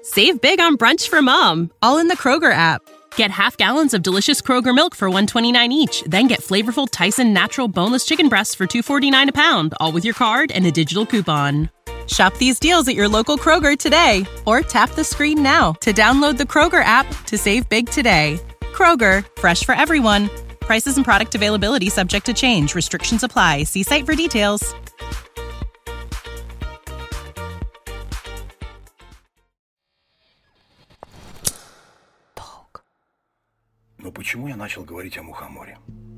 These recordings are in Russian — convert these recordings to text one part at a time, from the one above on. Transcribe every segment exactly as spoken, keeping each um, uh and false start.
Save big on brunch for mom, all in the Kroger app. Get half gallons of delicious Kroger milk for one dollar and twenty-nine cents each. Then get flavorful Tyson natural boneless chicken breasts for two dollars and forty-nine cents a pound, all with your card and a digital coupon. Shop these deals at your local Kroger today, or tap the screen now to download the Kroger app to save big today. Kroger, fresh for everyone. Prices and product availability subject to change. Restrictions apply. See site for details. Но почему я начал говорить о мухоморе?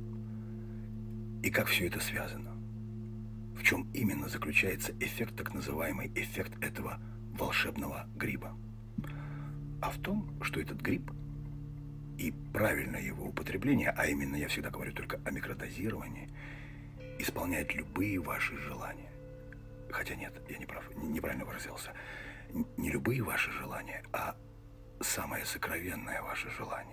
И как все это связано? В чем именно заключается эффект, так называемый эффект этого волшебного гриба? А в том, что этот гриб и правильное его употребление, а именно я всегда говорю только о микродозировании, исполняет любые ваши желания. Хотя нет, я не прав, неправильно выразился. Не любые ваши желания, а самое сокровенное ваше желание.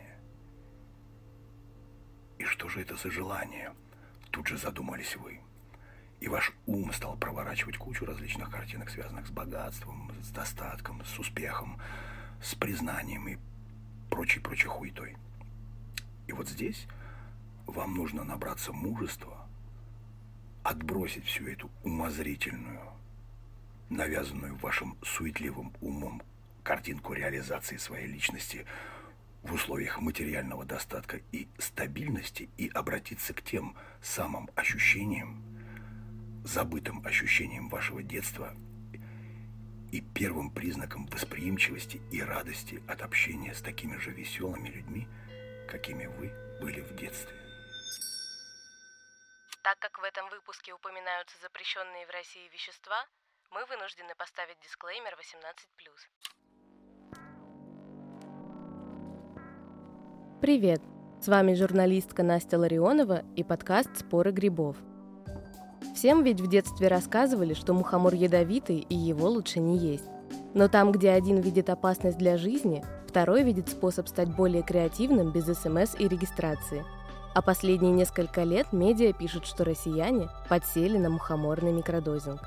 И что же это за желание? Тут же задумались вы. И ваш ум стал проворачивать кучу различных картинок, связанных с богатством, с достатком, с успехом, с признанием и прочей-прочей хуетой. И вот здесь вам нужно набраться мужества, отбросить всю эту умозрительную, навязанную вашим суетливым умом картинку реализации своей личности в условиях материального достатка и стабильности и обратиться к тем самым ощущениям, забытым ощущениям вашего детства и первым признаком восприимчивости и радости от общения с такими же веселыми людьми, какими вы были в детстве. Так как в этом выпуске упоминаются запрещенные в России вещества, мы вынуждены поставить дисклеймер восемнадцать плюс. Привет! С вами журналистка Настя Ларионова и подкаст «Споры грибов». Всем ведь в детстве рассказывали, что мухомор ядовитый и его лучше не есть. Но там, где один видит опасность для жизни, второй видит способ стать более креативным без СМС и регистрации. А последние несколько лет медиа пишут, что россияне подсели на мухоморный микродозинг.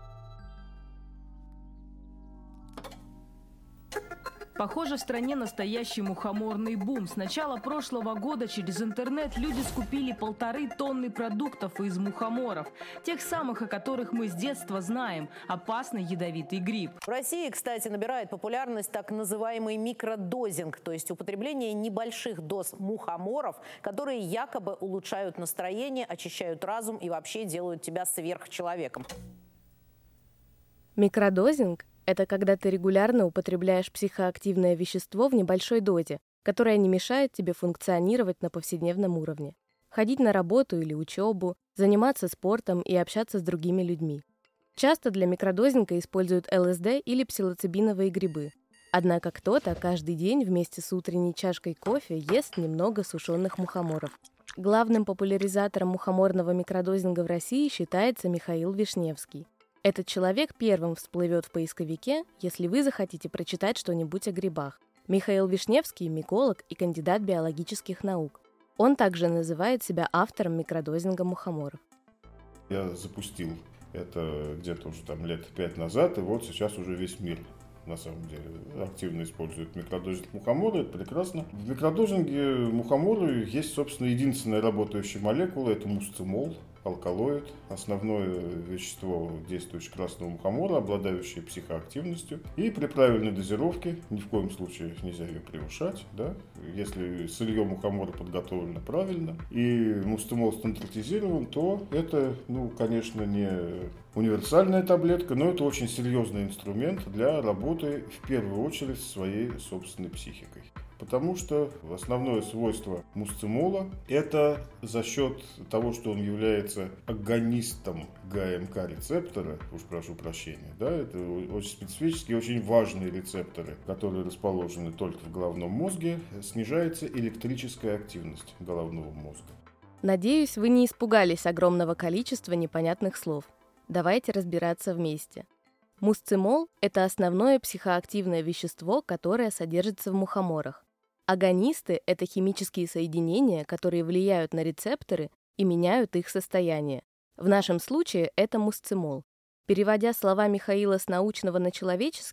Похоже, в стране настоящий мухоморный бум. С начала прошлого года через интернет люди скупили полторы тонны продуктов из мухоморов. Тех самых, о которых мы с детства знаем. Опасный ядовитый гриб. В России, кстати, набирает популярность так называемый микродозинг, то есть употребление небольших доз мухоморов, которые якобы улучшают настроение, очищают разум и вообще делают тебя сверхчеловеком. Микродозинг – это когда ты регулярно употребляешь психоактивное вещество в небольшой дозе, которое не мешает тебе функционировать на повседневном уровне, ходить на работу или учебу, заниматься спортом и общаться с другими людьми. Часто для микродозинга используют ЛСД или псилоцибиновые грибы. Однако кто-то каждый день вместе с утренней чашкой кофе ест немного сушеных мухоморов. Главным популяризатором мухоморного микродозинга в России считается Михаил Вишневский. Этот человек первым всплывет в поисковике, если вы захотите прочитать что-нибудь о грибах. Михаил Вишневский – миколог и кандидат биологических наук. Он также называет себя автором микродозинга мухоморов. Я запустил это где-то уже там лет пять назад, и вот сейчас уже весь мир на самом деле активно использует микродозинг мухомора. Это прекрасно. В микродозинге мухомора есть, собственно, единственная работающая молекула – это мусцимол. Алкалоид, основное вещество действующее красного мухомора, обладающее психоактивностью. И при правильной дозировке, ни в коем случае нельзя ее превышать, да? Если сырье мухомора подготовлено правильно и мусцимол стандартизирован, то это, ну, конечно, не универсальная таблетка, но это очень серьезный инструмент для работы в первую очередь со своей собственной психикой. Потому что основное свойство мусцимола – это за счет того, что он является агонистом ГАМК-рецептора, уж прошу прощения, да, это очень специфические, очень важные рецепторы, которые расположены только в головном мозге, снижается электрическая активность головного мозга. Надеюсь, вы не испугались огромного количества непонятных слов. Давайте разбираться вместе. Мусцимол – это основное психоактивное вещество, которое содержится в мухоморах. Агонисты – это химические соединения, которые влияют на рецепторы и меняют их состояние. В нашем случае это мусцимол. Переводя слова Михаила с научного на человеческий,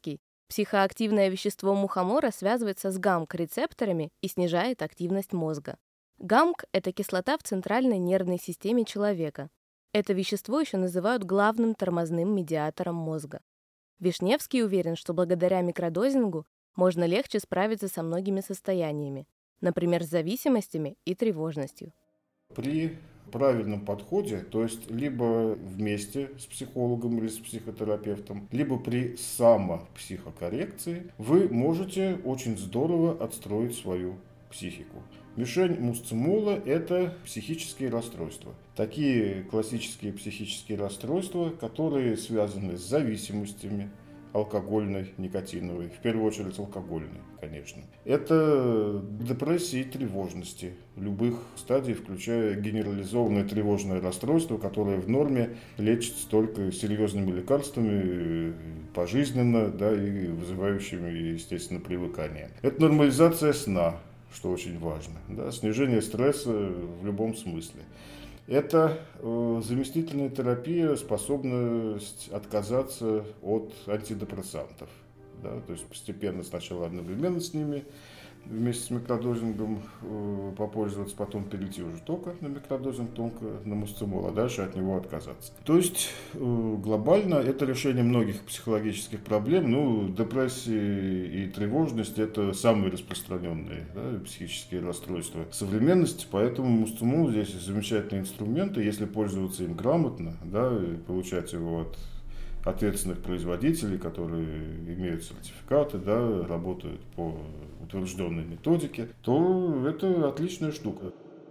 Психоактивное вещество мухомора связывается с гамк-рецепторами и снижает активность мозга. Гамк – это кислота в центральной нервной системе человека. Это вещество еще называют главным тормозным медиатором мозга. Вишневский уверен, что благодаря микродозингу можно легче справиться со многими состояниями, например, с зависимостями и тревожностью. При правильном подходе, то есть либо вместе с психологом или с психотерапевтом, либо при самопсихокоррекции, вы можете очень здорово отстроить свою психику. Мишень мусцимола – это психические расстройства. Такие классические психические расстройства, которые связаны с зависимостями, алкогольной, никотиновой, в первую очередь алкогольной, конечно. Это депрессии и тревожности любых стадий, включая генерализованное тревожное расстройство, которое в норме лечится только серьезными лекарствами, пожизненно, да, и вызывающими, естественно, привыкание. Это нормализация сна, что очень важно, да, снижение стресса в любом смысле. Это э, заместительная терапия, способность отказаться от антидепрессантов. Да, то есть постепенно сначала одновременно с ними вместе с микродозингом э, попользоваться, потом перейти уже только на микродозинг, только на мусцимол, а дальше от него отказаться. То есть э, глобально это решение многих психологических проблем. Ну, депрессии и тревожность – это самые распространенные, да, психические расстройства современности, поэтому мусцимол здесь замечательный инструмент, и если пользоваться им грамотно, да, и получать его от ответственных производителей, которые имеют сертификаты, да, работают по утвержденной методике, то это отличная штука.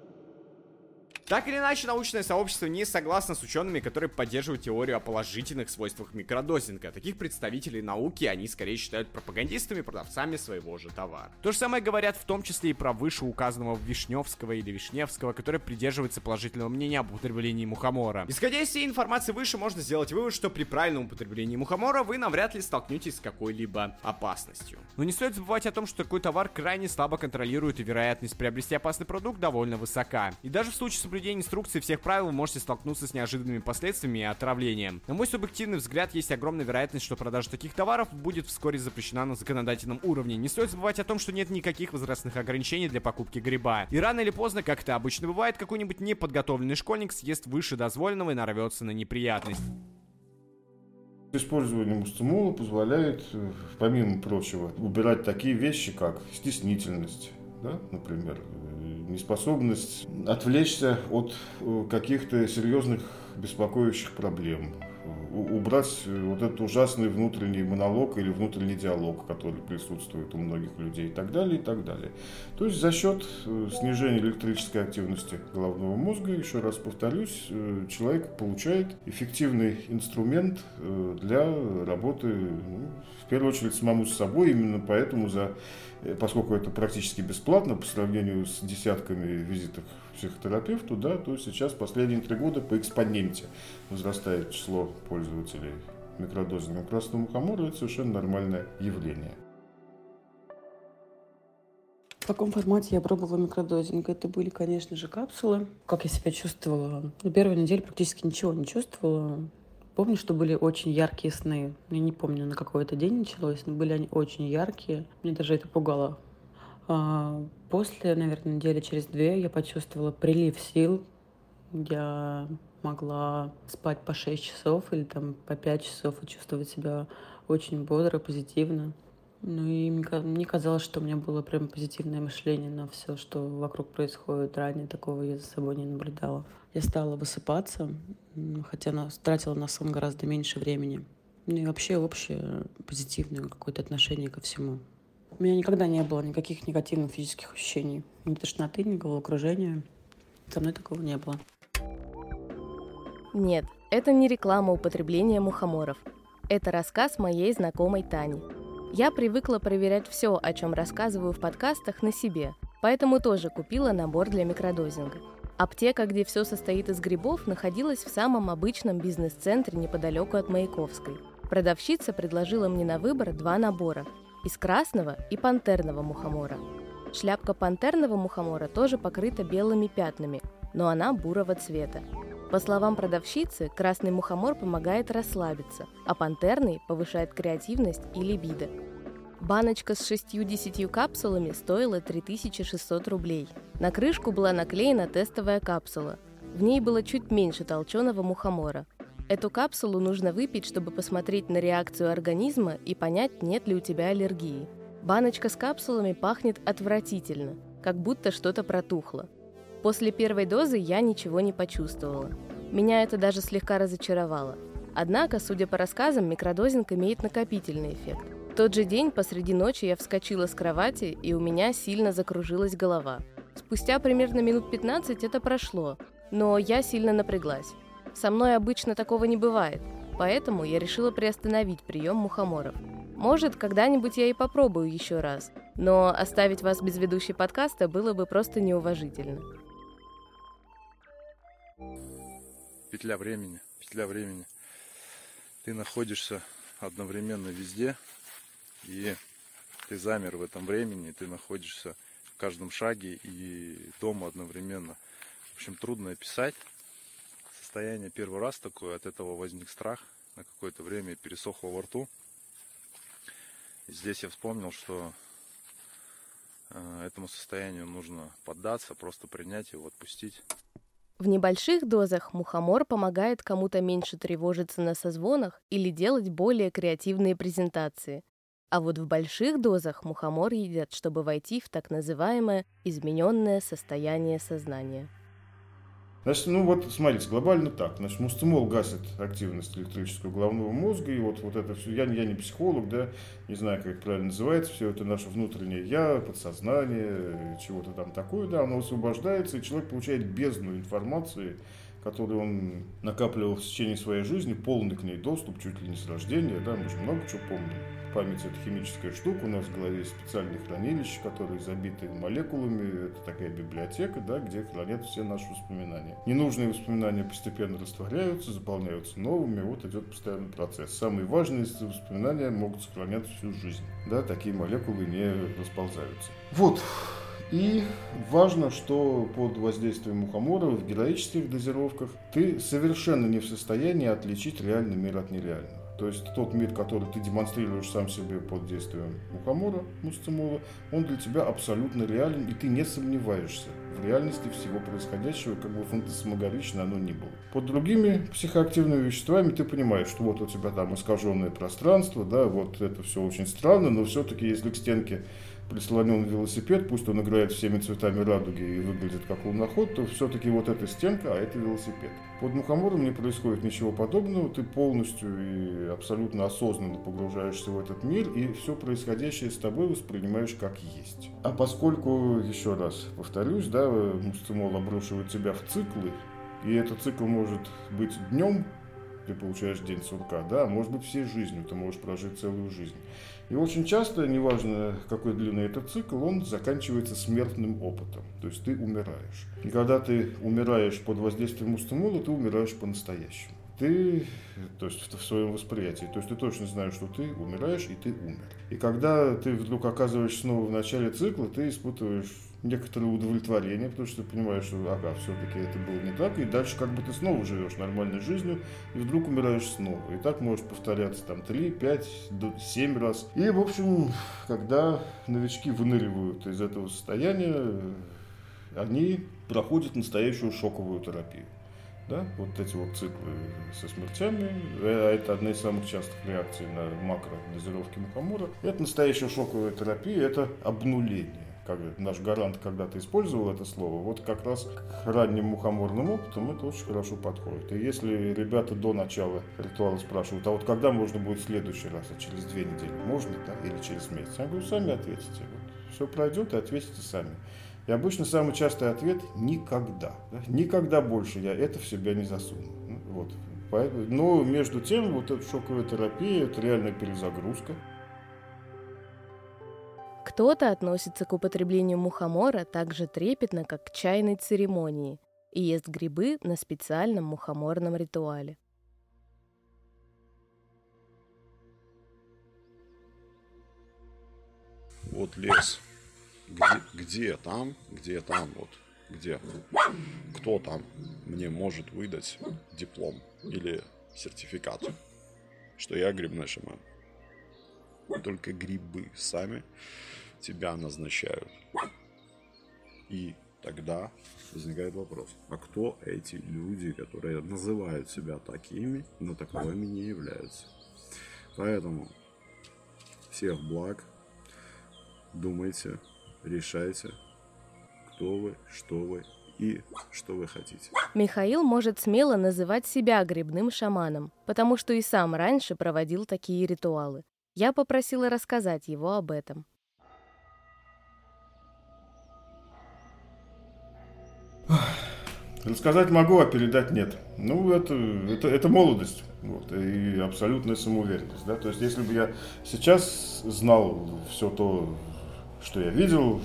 Так или иначе, научное сообщество не согласно с учеными, которые поддерживают теорию о положительных свойствах микродозинга. Таких представителей науки они скорее считают пропагандистами, продавцами своего же товара. То же самое говорят в том числе и про вышеуказанного Вишневского или Вишневского, который придерживается положительного мнения об употреблении мухомора. Исходя из всей информации выше, можно сделать вывод, что при правильном употреблении мухомора вы навряд ли столкнетесь с какой-либо опасностью. Но не стоит забывать о том, что такой товар крайне слабо контролирует, и вероятность приобрести опасный продукт довольно высока. И даже в случае соблюдения инструкции всех правил вы можете столкнуться с неожиданными последствиями и отравлением. На мой субъективный взгляд, есть огромная вероятность, что продажа таких товаров будет вскоре запрещена на законодательном уровне. Не стоит забывать о том, что нет никаких возрастных ограничений для покупки гриба. И рано или поздно, как это обычно бывает, какой-нибудь неподготовленный школьник съест выше дозволенного и нарвется на неприятность. Использование мусцимола позволяет, помимо прочего, убирать такие вещи, как стеснительность, да, например, неспособность отвлечься от каких-то серьезных беспокоящих проблем, убрать вот этот ужасный внутренний монолог или внутренний диалог, который присутствует у многих людей, и так далее, и так далее. То есть за счет снижения электрической активности головного мозга, еще раз повторюсь, человек получает эффективный инструмент для работы, ну, в первую очередь, самому с собой. Именно поэтому, за, поскольку это практически бесплатно по сравнению с десятками визитов к психотерапевту, да, то сейчас последние три года по экспоненте возрастает число пользователей микродозингом красного мухомора. Это совершенно нормальное явление. В каком формате я пробовала микродозинг? Это были, конечно же, капсулы. Как я себя чувствовала? На первой неделе практически ничего не чувствовала. Помню, что были очень яркие сны. Я не помню, на какой это день началось, но были они очень яркие. Мне даже это пугало. А после, наверное, недели через две я почувствовала прилив сил. Я могла спать по шесть часов или там по пять часов и чувствовать себя очень бодро, позитивно. Ну и мне казалось, что у меня было прям позитивное мышление на все, что вокруг происходит. Ранее такого я за собой не наблюдала. Я стала высыпаться, хотя она тратила на сон гораздо меньше времени. Ну и вообще общее позитивное какое-то отношение ко всему. У меня никогда не было никаких негативных физических ощущений. Ни тошноты, ни головокружения. Со мной такого не было. Нет, это не реклама употребления мухоморов. Это рассказ моей знакомой Тани. Я привыкла проверять все, о чем рассказываю в подкастах, на себе, поэтому тоже купила набор для микродозинга. Аптека, где все состоит из грибов, находилась в самом обычном бизнес-центре неподалеку от Маяковской. Продавщица предложила мне на выбор два набора – из красного и пантерного мухомора. Шляпка пантерного мухомора тоже покрыта белыми пятнами, но она бурого цвета. По словам продавщицы, красный мухомор помогает расслабиться, а пантерный повышает креативность и либидо. Баночка с шестью-десятью капсулами стоила три тысячи шестьсот рублей. На крышку была наклеена тестовая капсула. В ней было чуть меньше толченого мухомора. Эту капсулу нужно выпить, чтобы посмотреть на реакцию организма и понять, нет ли у тебя аллергии. Баночка с капсулами пахнет отвратительно, как будто что-то протухло. После первой дозы я ничего не почувствовала. Меня это даже слегка разочаровало. Однако, судя по рассказам, микродозинг имеет накопительный эффект. В тот же день посреди ночи я вскочила с кровати, и у меня сильно закружилась голова. Спустя примерно минут пятнадцать это прошло, но я сильно напряглась. Со мной обычно такого не бывает, поэтому я решила приостановить прием мухоморов. Может, когда-нибудь я и попробую еще раз, но оставить вас без ведущей подкаста было бы просто неуважительно. Петля времени, петля времени. Ты находишься одновременно везде, и ты замер в этом времени, ты находишься в каждом шаге и дома одновременно. В общем, трудно описать. Состояние первый раз такое, от этого возник страх, на какое-то время пересохло во рту. И здесь я вспомнил, что э, этому состоянию нужно поддаться, просто принять его, отпустить. В небольших дозах мухомор помогает кому-то меньше тревожиться на созвонах или делать более креативные презентации. А вот в больших дозах мухомор едят, чтобы войти в так называемое измененное состояние сознания. Значит, ну вот, смотрите, глобально так. Значит, мустимол гасит активность электрического головного мозга, и вот, вот это все, я, я не психолог, да, не знаю, как это правильно называется, все это наше внутреннее я, подсознание, чего-то там такое, да, оно освобождается, и человек получает бездну информации, которую он накапливал в течение своей жизни, полный к ней доступ, чуть ли не с рождения, да, мы же много чего помним. Память – это химическая штука, у нас в голове есть специальные хранилища, которые забиты молекулами, это такая библиотека, да, где хранят все наши воспоминания. Ненужные воспоминания постепенно растворяются, заполняются новыми, вот идет постоянный процесс. Самые важные воспоминания могут сохраняться всю жизнь, да, такие молекулы не расползаются. Вот. И важно, что под воздействием мухомора в героических дозировках ты совершенно не в состоянии отличить реальный мир от нереального. То есть тот мир, который ты демонстрируешь сам себе под действием мухомора, мустимола, он для тебя абсолютно реален, и ты не сомневаешься в реальности всего происходящего, как бы фантасмагорично оно ни было. Под другими психоактивными веществами ты понимаешь, что вот у тебя там искаженное пространство, да, вот это все очень странно, но все-таки если к стенке прислонен велосипед, пусть он играет всеми цветами радуги и выглядит как луноход, то все-таки вот эта стенка, а это велосипед. Под мухомором не происходит ничего подобного, ты полностью и абсолютно осознанно погружаешься в этот мир, и все происходящее с тобой воспринимаешь как есть. А поскольку, еще раз повторюсь, да, мустимол обрушивает тебя в циклы, и этот цикл может быть днем, ты получаешь день сурка, да, а может быть всей жизнью, ты можешь прожить целую жизнь. И очень часто, неважно какой длины этот цикл, он заканчивается смертным опытом, то есть ты умираешь. И когда ты умираешь под воздействием мустимола, ты умираешь по-настоящему. Ты, то есть в своем восприятии, то есть ты точно знаешь, что ты умираешь и ты умер. И когда ты вдруг оказываешься снова в начале цикла, ты испытываешь некоторое удовлетворение, потому что ты понимаешь, что ага, все-таки это было не так, и дальше как бы ты снова живешь нормальной жизнью, и вдруг умираешь снова. И так может повторяться там три, пять, семь раз. И, в общем, когда новички выныривают из этого состояния, они проходят настоящую шоковую терапию. Да, вот эти вот циклы со смертями, это одна из самых частых реакций на макродозировки мухомора. Это настоящая шоковая терапия, это обнуление. Как наш гарант когда-то использовал это слово, вот как раз к ранним мухоморным опытам это очень хорошо подходит. И если ребята до начала ритуала спрашивают, а вот когда можно будет в следующий раз, а через две недели можно, да, или через месяц, я говорю, сами ответите. Вот, все пройдет и ответите сами. И обычно самый частый ответ – никогда. Да? Никогда больше я это в себя не засуну. Вот. Но между тем, вот эта шоковая терапия – это реальная перезагрузка. Кто-то относится к употреблению мухомора так же трепетно, как к чайной церемонии, и ест грибы на специальном мухоморном ритуале. Вот лес. Где, где там, где там, вот где кто там мне может выдать диплом или сертификат, что я грибной шаман. Только грибы сами тебя назначают. И тогда возникает вопрос, а кто эти люди, которые называют себя такими, но таковыми не являются? Поэтому всех благ, думайте, решайте, кто вы, что вы и что вы хотите. Михаил может смело называть себя грибным шаманом, потому что и сам раньше проводил такие ритуалы. Я попросила рассказать его об этом. Рассказать могу, а передать нет. Ну, это, это, это молодость, вот, и абсолютная самоуверенность. Да? То есть, если бы я сейчас знал все то, что я видел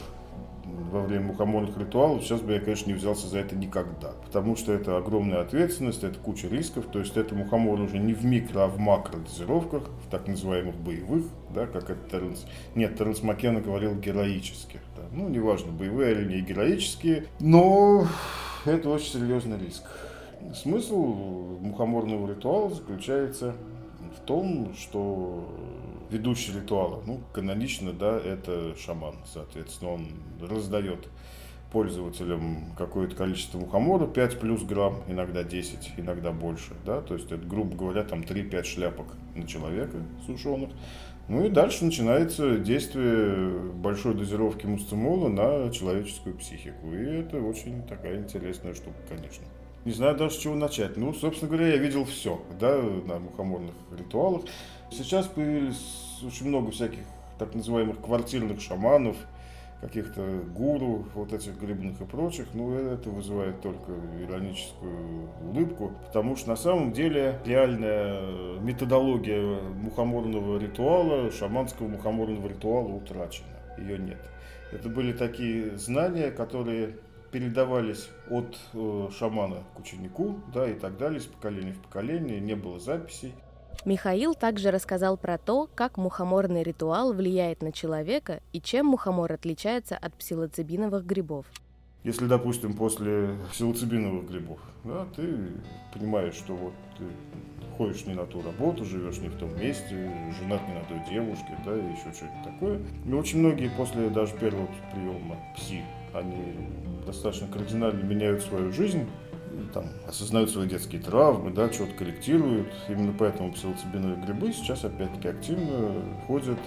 во время мухоморных ритуалов, сейчас бы я, конечно, не взялся за это никогда. Потому что это огромная ответственность, это куча рисков. То есть, это мухомор уже не в микро, а в макро дозировках, в так называемых боевых, да, как это Теренс... Нет, Теренс Маккенна говорил героических. Да. Ну, неважно, боевые или не героические, но это очень серьезный риск. Смысл мухоморного ритуала заключается в том, что ведущий ритуала, ну, канонично, да, это шаман, соответственно, он раздает пользователям какое-то количество мухомора, пять плюс грамм, иногда десять, иногда больше, да, то есть это, грубо говоря, там три-пять шляпок на человека сушеных. Ну и дальше начинается действие большой дозировки мусцимола на человеческую психику, и это очень такая интересная штука, конечно. Не знаю даже с чего начать. Ну, собственно говоря, я видел все, да, на мухоморных ритуалах. Сейчас появились очень много всяких так называемых квартирных шаманов, каких-то гуру, вот этих грибных и прочих. Ну, это вызывает только ироническую улыбку, потому что на самом деле реальная методология мухоморного ритуала, шаманского мухоморного ритуала утрачена. Ее нет. Это были такие знания, которые передавались от э, шамана к ученику, да, и так далее, из поколения в поколение, не было записей. Михаил также рассказал про то, как мухоморный ритуал влияет на человека и чем мухомор отличается от псилоцибиновых грибов. Если, допустим, после псилоцибиновых грибов, да, ты понимаешь, что вот ты ходишь не на ту работу, живешь не в том месте, женат не на той девушке, да, и еще что-то такое. И очень многие после даже первого приема пси, они достаточно кардинально меняют свою жизнь, там, осознают свои детские травмы, да, что-то корректируют. Именно поэтому псилоцибиновые грибы сейчас опять-таки активно ходят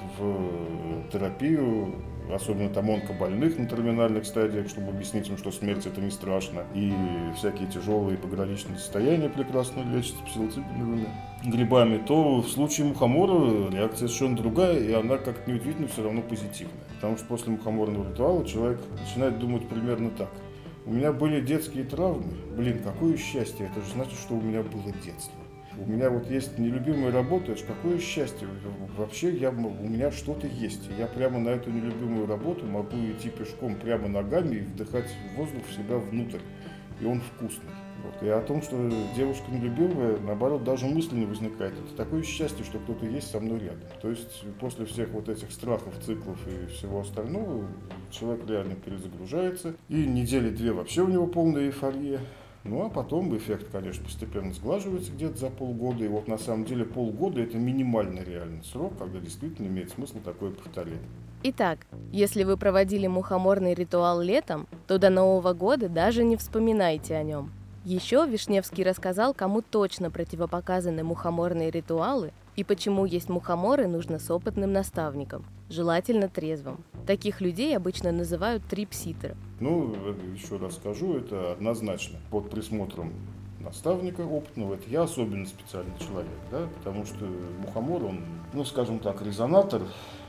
в терапию, особенно там онкобольных на терминальных стадиях, чтобы объяснить им, что смерть это не страшно. И всякие тяжелые пограничные состояния прекрасно лечатся псилоцибиновыми грибами. То в случае мухомора реакция совершенно другая, и она, как неудивительно, все равно позитивная. Потому что после мухоморного ритуала человек начинает думать примерно так. У меня были детские травмы. Блин, какое счастье. Это же значит, что у меня было детство. У меня вот есть нелюбимая работа. Это же какое счастье. Вообще я, у меня что-то есть. Я прямо на эту нелюбимую работу могу идти пешком прямо ногами и вдыхать воздух в себя внутрь. И он вкусный. Вот. И о том, что девушка нелюбимая, наоборот, даже мысли не возникает. Это такое счастье, что кто-то есть со мной рядом. То есть после всех вот этих страхов, циклов и всего остального человек реально перезагружается. И недели две вообще у него полная эйфория. Ну а потом эффект, конечно, постепенно сглаживается где-то за полгода. И вот на самом деле полгода это минимальный реальный срок, когда действительно имеет смысл такое повторение. Итак, если вы проводили мухоморный ритуал летом, то до Нового года даже не вспоминайте о нем. Еще Вишневский рассказал, кому точно противопоказаны мухоморные ритуалы и почему есть мухоморы нужно с опытным наставником, желательно трезвым. Таких людей обычно называют трипситеры. Ну, еще раз скажу, это однозначно под присмотром наставника опытного. Это я особенно специальный человек, да, потому что мухомор, он, ну, скажем так, резонатор,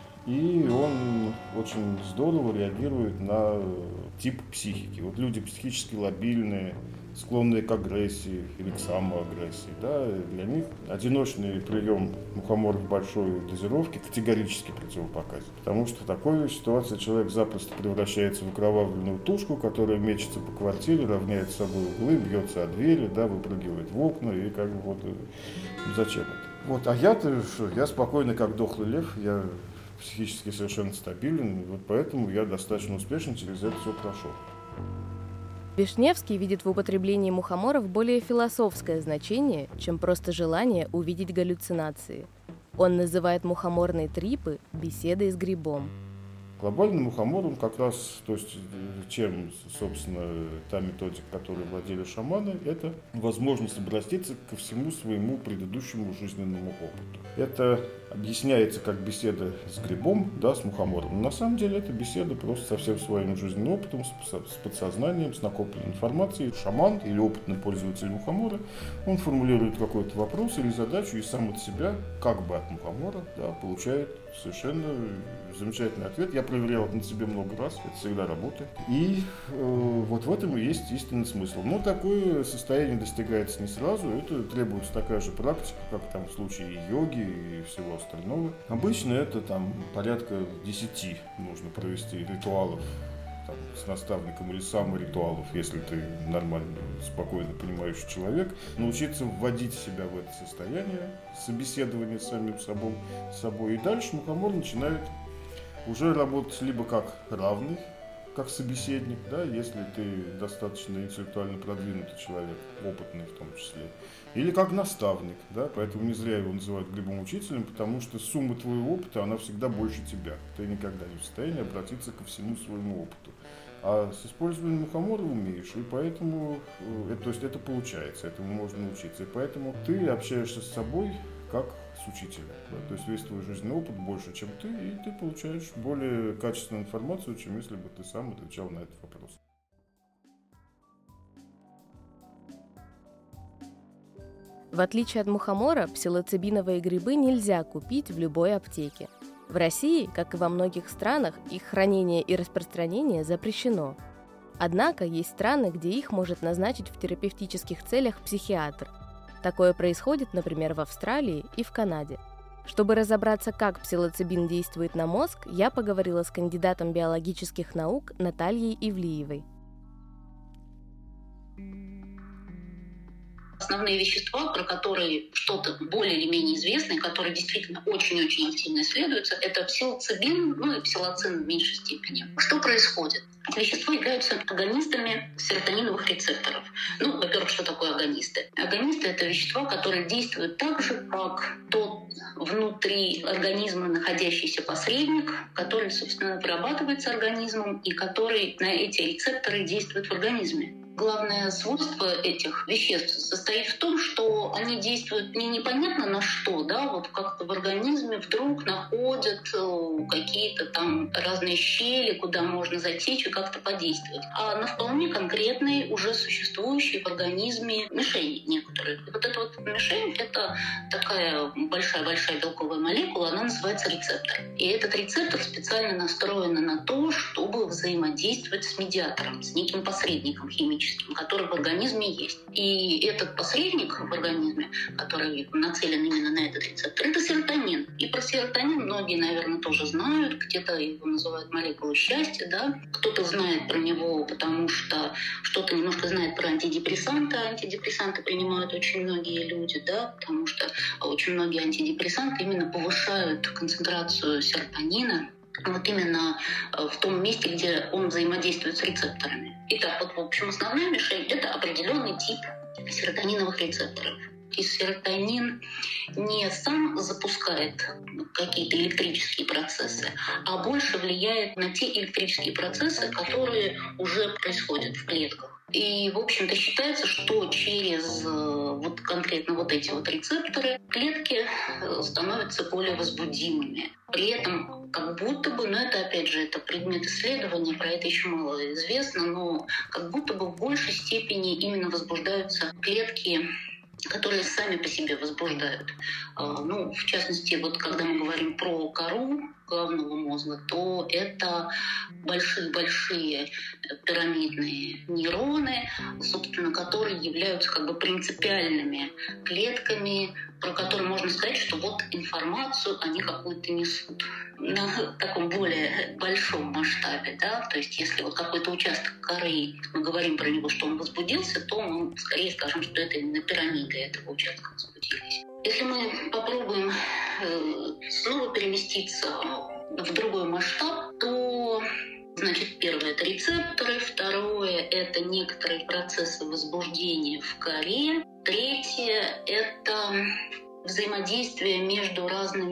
и он очень здорово реагирует на тип психики. Вот люди психически лобильные, склонные к агрессии или к самоагрессии, да, для них одиночный прием мухомора в большой дозировке категорически противопоказан. Потому что в такой ситуации человек запросто превращается в окровавленную тушку, которая мечется по квартире, равняет с собой углы, бьется о двери, да, выпрыгивает в окна, и как бы вот зачем это? Вот, а я-то что, я спокойный, как дохлый лев, я психически совершенно стабилен, вот поэтому я достаточно успешно через это все прошел. Вишневский видит в употреблении мухоморов более философское значение, чем просто желание увидеть галлюцинации. Он называет мухоморные трипы беседой с грибом. Глобальный мухомор, он как раз, то есть, чем, собственно, та методика, которой владели шаманы, это возможность обратиться ко всему своему предыдущему жизненному опыту. Это объясняется как беседа с грибом, да, с мухомором. Но на самом деле это беседа просто со всем своим жизненным опытом, с подсознанием, с накопленной информацией. Шаман или опытный пользователь мухомора, он формулирует какой-то вопрос или задачу и сам от себя, как бы от мухомора, да, получает совершенно замечательный ответ. Я проверял это на себе много раз, это всегда работает. И э, вот в этом и есть истинный смысл. Но такое состояние достигается не сразу, это требуется такая же практика, как там в случае йоги и всего остального. Обычно это там порядка десяти нужно провести ритуалов там, с наставником или саморитуалов, если ты нормальный, спокойно понимающий человек, научиться вводить себя в это состояние собеседования с самим собой, с собой. И дальше мухомор начинает уже работать либо как равный, как собеседник, да, если ты достаточно интеллектуально продвинутый человек, опытный в том числе, или как наставник, да, поэтому не зря его называют грибом-учителем, потому что сумма твоего опыта, она всегда больше тебя, ты никогда не в состоянии обратиться ко всему своему опыту. А с использованием мухомора умеешь, и поэтому, то есть это получается, этому можно научиться, и поэтому ты общаешься с собой как с учителем. Да? То есть весь твой жизненный опыт больше, чем ты, и ты получаешь более качественную информацию, чем если бы ты сам отвечал на этот вопрос. В отличие от мухомора, псилоцибиновые грибы нельзя купить в любой аптеке. В России, как и во многих странах, их хранение и распространение запрещено. Однако есть страны, где их может назначить в терапевтических целях психиатр. Такое происходит, например, в Австралии и в Канаде. Чтобы разобраться, как псилоцибин действует на мозг, я поговорила с кандидатом биологических наук Натальей Ивлиевой. Основные вещества, про которые что-то более или менее известно, и которые действительно очень-очень активно исследуются, это псилоцибин, ну и псилоцин в меньшей степени. Что происходит? Вещества являются агонистами серотониновых рецепторов. Ну, во-первых, что такое агонисты? Агонисты — это вещества, которые действуют так же, как тот внутри организма находящийся посредник, который, собственно, вырабатывается организмом и который на эти рецепторы действует в организме. Главное свойство этих веществ состоит в том, что они действуют не непонятно на что, да, вот как-то в организме вдруг находят какие-то там разные щели, куда можно затечь и как-то подействовать, а на вполне конкретные, уже существующие в организме мишени некоторые. И вот эта вот мишень — это такая большая-большая белковая молекула, она называется рецептор. И этот рецептор специально настроен на то, чтобы взаимодействовать с медиатором, с неким посредником химическим, который в организме есть. И этот посредник в организме, который нацелен именно на этот рецептор, это серотонин. И про серотонин многие, наверное, тоже знают. Где-то его называют молекулой счастья, да. Кто-то знает про него, потому что что-то немножко знает про антидепрессанты. Антидепрессанты принимают очень многие люди, да, потому что очень многие антидепрессанты именно повышают концентрацию серотонина, вот именно в том месте, где он взаимодействует с рецепторами. Итак, вот, в общем, основная мишень — это определенный тип серотониновых рецепторов. И серотонин не сам запускает какие-то электрические процессы, а больше влияет на те электрические процессы, которые уже происходят в клетках. И, в общем-то, считается, что через вот конкретно вот эти вот рецепторы клетки становятся более возбудимыми. При этом как будто бы, ну это опять же это предмет исследования, про это еще мало известно, но как будто бы в большей степени именно возбуждаются клетки, которые сами по себе возбуждают. Ну, в частности, вот когда мы говорим про кору головного мозга, то это большие-большие пирамидные нейроны, собственно, которые являются как бы принципиальными клетками, про которые можно сказать, что вот информацию они какую-то несут на таком более большом масштабе, да, то есть если вот какой-то участок коры, мы говорим про него, что он возбудился, то мы скорее скажем, что это именно пирамиды этого участка возбудились. Если мы попробуем э, снова переместиться в другой масштаб, то Значит, первое – это рецепторы, второе – это некоторые процессы возбуждения в коре, третье – это взаимодействие между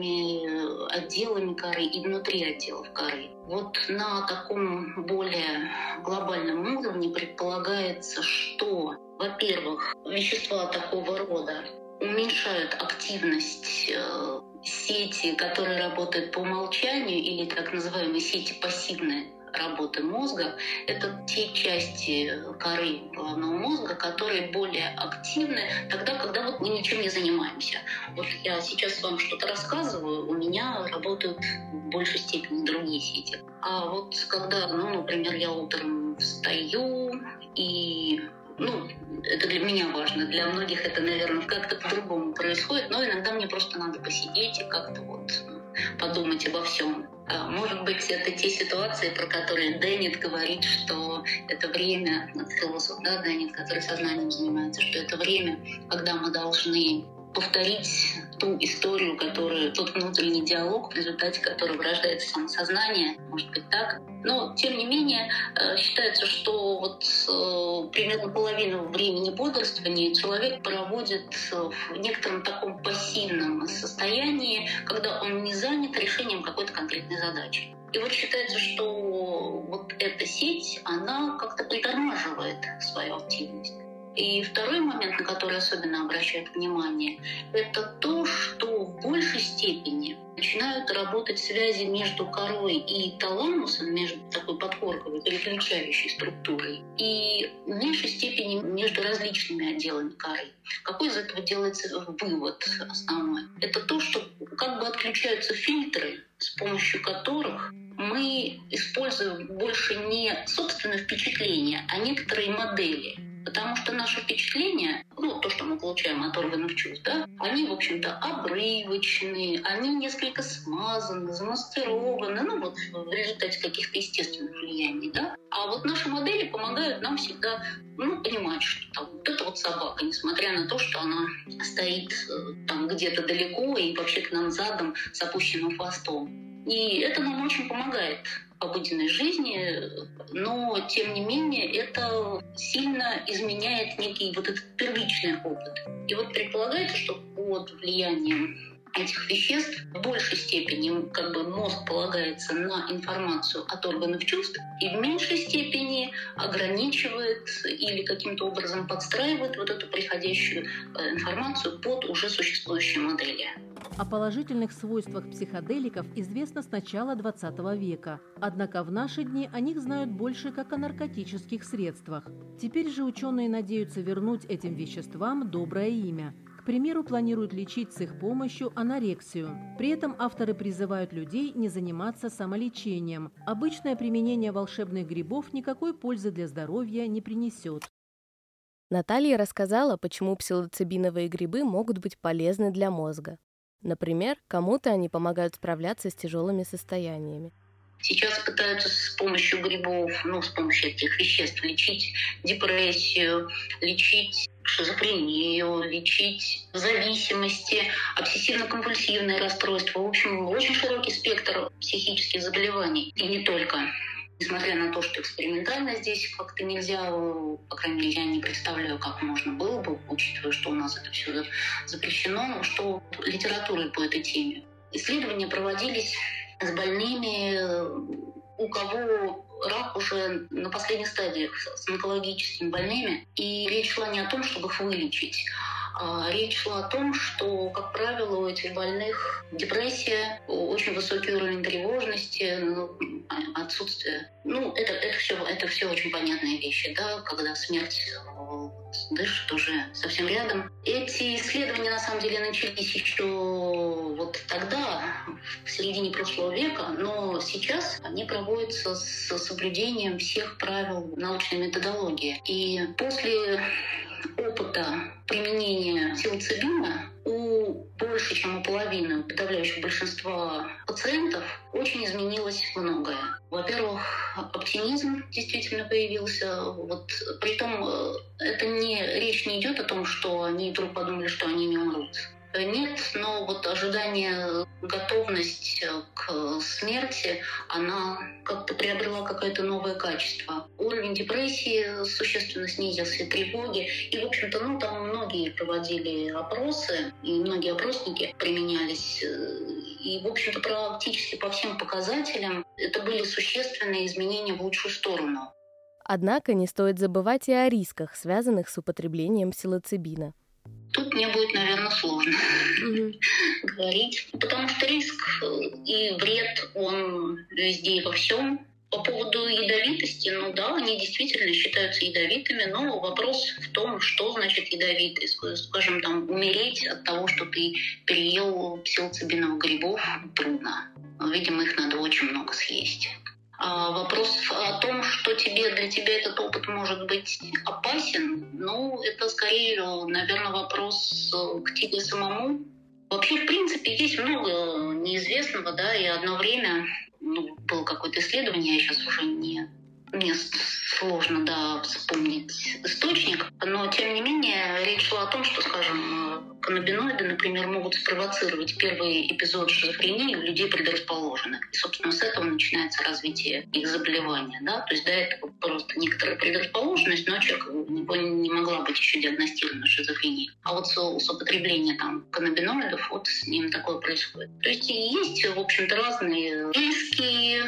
разными отделами коры и внутри отделов коры. Вот на таком более глобальном уровне предполагается, что, во-первых, вещества такого рода уменьшают активность э, сети, которые работают по умолчанию, или так называемые сети пассивной работы мозга. Это те части коры головного мозга, которые более активны тогда, когда вот мы ничем не занимаемся. Вот я сейчас вам что-то рассказываю, у меня работают в большей степени другие сети. А вот когда, ну, например, я утром встаю и... Ну, это для меня важно, для многих это, наверное, как-то по-другому происходит, но иногда мне просто надо посидеть и как-то вот подумать обо всем. Может быть, это те ситуации, про которые Деннет говорит, что это время, философ, да, Деннет, который сознанием занимается, что это время, когда мы должны повторить ту историю, которую, тот внутренний диалог, в результате которого рождается самосознание, может быть так. Но, тем не менее, считается, что вот примерно половину времени бодрствования человек проводит в некотором таком пассивном состоянии, когда он не занят решением какой-то конкретной задачи. И вот считается, что вот эта сеть, она как-то притормаживает свою активность. И второй момент, на который особенно обращают внимание, это то, что в большей степени начинают работать связи между корой и таламусом, между такой подкорковой переключающей структурой, и в меньшей степени между различными отделами коры. Какой из этого делается вывод основной? Это то, что как бы отключаются фильтры, с помощью которых мы используем больше не собственное впечатление, а некоторые модели. Потому что наши впечатления, ну, то, что мы получаем от органов чувств, да, они, в общем-то, обрывочные, они несколько смазаны, замаскированы, ну, вот в результате каких-то естественных влияний, да. А вот наши модели помогают нам всегда, ну, понимать, что там, вот это вот собака, несмотря на то, что она стоит там где-то далеко и вообще к нам задом с опущенным хвостом. И это нам очень помогает в обыденной жизни, но, тем не менее, это сильно изменяет некий вот этот первичный опыт. И вот предполагается, что под влиянием этих веществ в большей степени как бы мозг полагается на информацию от органов чувств и в меньшей степени ограничивает или каким-то образом подстраивает вот эту приходящую информацию под уже существующие модели. О положительных свойствах психоделиков известно с начала двадцатого века. Однако в наши дни о них знают больше как о наркотических средствах. Теперь же ученые надеются вернуть этим веществам доброе имя. К примеру, планируют лечить с их помощью анорексию. При этом авторы призывают людей не заниматься самолечением. Обычное применение волшебных грибов никакой пользы для здоровья не принесет. Наталья рассказала, почему псилоцибиновые грибы могут быть полезны для мозга. Например, кому-то они помогают справляться с тяжелыми состояниями. Сейчас пытаются с помощью грибов, ну, с помощью этих веществ лечить депрессию, лечить шизофрению, лечить зависимости, обсессивно-компульсивные расстройства. В общем, очень широкий спектр психических заболеваний. И не только. Несмотря на то, что экспериментально здесь как-то нельзя, по крайней мере, я не представляю, как можно было бы, учитывая, что у нас это все запрещено, но что литературой по этой теме. Исследования проводились с больными, у кого рак уже на последних стадиях, с онкологическими больными. И речь шла не о том, чтобы их вылечить, а речь шла о том, что, как правило, у этих больных депрессия, очень высокий уровень тревожности, ну, отсутствие. Ну, это, это, все, это все очень понятные вещи, да, когда смерть дышит уже совсем рядом. Эти исследования, на самом деле, начались еще вот тогда, в середине прошлого века, но сейчас они проводятся с соблюдением всех правил научной методологии. И после опыта применения псилоцибина у больше, чем у половины, подавляющего большинства пациентов очень изменилось многое. Во-первых, оптимизм действительно появился. Вот, притом это не, речь не идет о том, что они вдруг подумали, что они не умрут. Нет, но вот ожидание, готовность к смерти, она как-то приобрела какое-то новое качество. Уровень депрессии существенно снизился, тревоги. И, в общем-то, ну, там многие проводили опросы, и многие опросники применялись. И, в общем-то, практически по всем показателям это были существенные изменения в лучшую сторону. Однако не стоит забывать и о рисках, связанных с употреблением псилоцибина. Тут мне будет, наверное, сложно mm-hmm. говорить, потому что риск и вред, он везде и во всем. По поводу ядовитости, ну да, они действительно считаются ядовитыми, но вопрос в том, что значит ядовитый. Скажем, там, умереть от того, что ты переел псилоцибиновых грибов, трудно. Видимо, их надо очень много съесть. А вопрос о том, что тебе, для тебя этот опыт может быть опасен, ну, это скорее, наверное, вопрос к тебе самому. Вообще, в принципе, есть много неизвестного, да, и одно время, ну, было какое-то исследование, я сейчас уже не... Мне сложно, да, вспомнить источник, но, тем не менее, речь шла о том, что, скажем, каннабиноиды, например, могут спровоцировать первый эпизод шизофрении у людей предрасположенных. И, собственно, с этого начинается развитие их заболевания, да, то есть до этого просто некоторая предрасположенность, но человек, у него не могла быть еще диагностирована шизофрения. А вот с, с употреблением там каннабиноидов, вот с ним такое происходит. То есть есть, в общем-то, разные риски.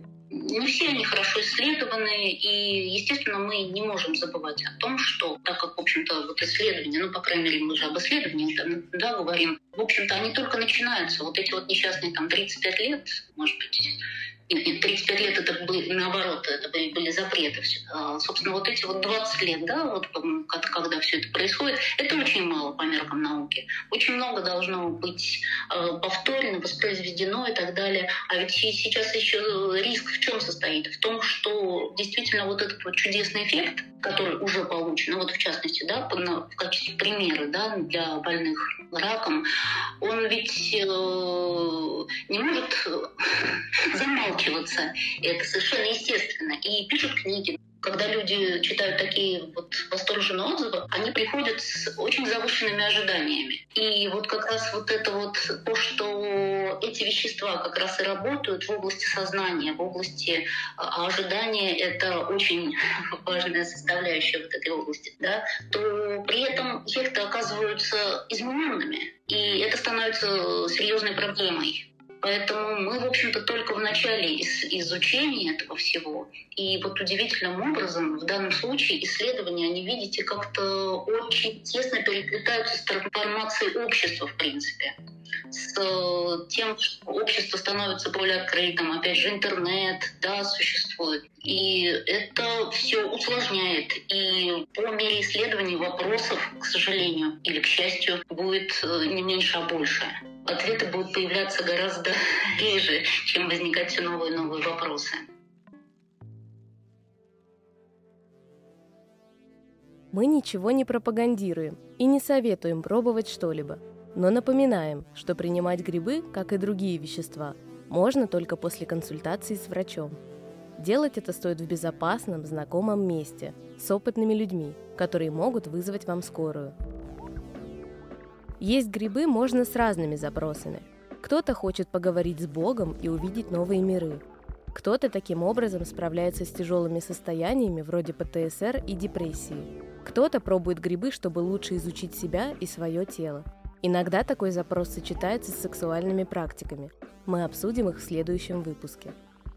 Не все они хорошо исследованы, и, естественно, мы не можем забывать о том, что, так как, в общем-то, вот исследования, ну, по крайней мере, мы же об исследованиях, да, говорим, в общем-то, они только начинаются. Вот эти вот несчастные, там, тридцать пять лет, может быть, нет, нет, тридцать пять лет это были, наоборот, это были, были запреты. А, собственно, вот эти вот двадцать лет, да, вот когда все это происходит, это очень мало по меркам науки. Очень много должно быть э, повторено, воспроизведено и так далее. А ведь сейчас еще риск в чем состоит? В том, что действительно вот этот вот чудесный эффект, который уже получен, ну вот в частности, да, в качестве примера, да, для больных раком, он ведь э, не может замалчиваться. Это совершенно естественно. И пишут книги. Когда люди читают такие вот восторженные отзывы, они приходят с очень завышенными ожиданиями. И вот как раз вот это вот то, что эти вещества как раз и работают в области сознания, в области ожидания, это очень важная составляющая вот этой области, да, то при этом эффекты оказываются измененными. И это становится серьезной проблемой. Поэтому мы, в общем-то, только в начале изучения этого всего. И вот удивительным образом в данном случае исследования, они, видите, как-то очень тесно переплетаются с трансформацией общества, в принципе. С тем, что общество становится более открытым, опять же, интернет, да, существует. И это все усложняет. И по мере исследований вопросов, к сожалению, или к счастью, будет не меньше, а больше. Ответы будут появляться гораздо реже, чем возникать все новые и новые вопросы. Мы ничего не пропагандируем и не советуем пробовать что-либо, но напоминаем, что принимать грибы, как и другие вещества, можно только после консультации с врачом. Делать это стоит в безопасном, знакомом месте, с опытными людьми, которые могут вызвать вам скорую. Есть грибы можно с разными запросами. Кто-то хочет поговорить с Богом и увидеть новые миры. Кто-то таким образом справляется с тяжелыми состояниями вроде пэ тэ эс эр и депрессии. Кто-то пробует грибы, чтобы лучше изучить себя и свое тело. Иногда такой запрос сочетается с сексуальными практиками. Мы обсудим их в следующем выпуске.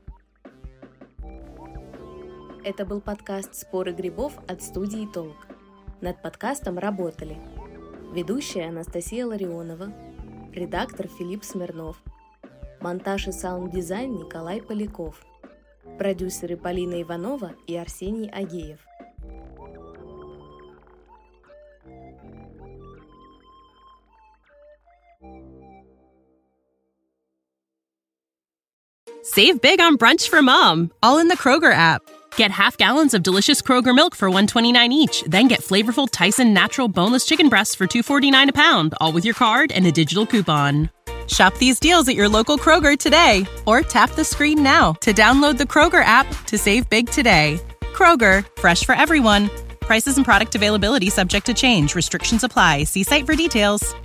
Это был подкаст «Споры грибов» от студии «Толк». Над подкастом работали ведущая Анастасия Ларионова, редактор Филипп Смирнов, монтаж и саунд-дизайн Николай Поляков, продюсеры Полина Иванова и Арсений Агеев. Save big on brunch for mom, all in the Kroger app. Get half gallons of delicious Kroger milk for one twenty-nine each, then get flavorful Tyson natural boneless chicken breasts for two forty-nine a pound, all with your card and a digital coupon. Shop these deals at your local Kroger today, or tap the screen now to download the Kroger app to save big today. Kroger, fresh for everyone. Prices and product availability subject to change. Restrictions apply. See site for details.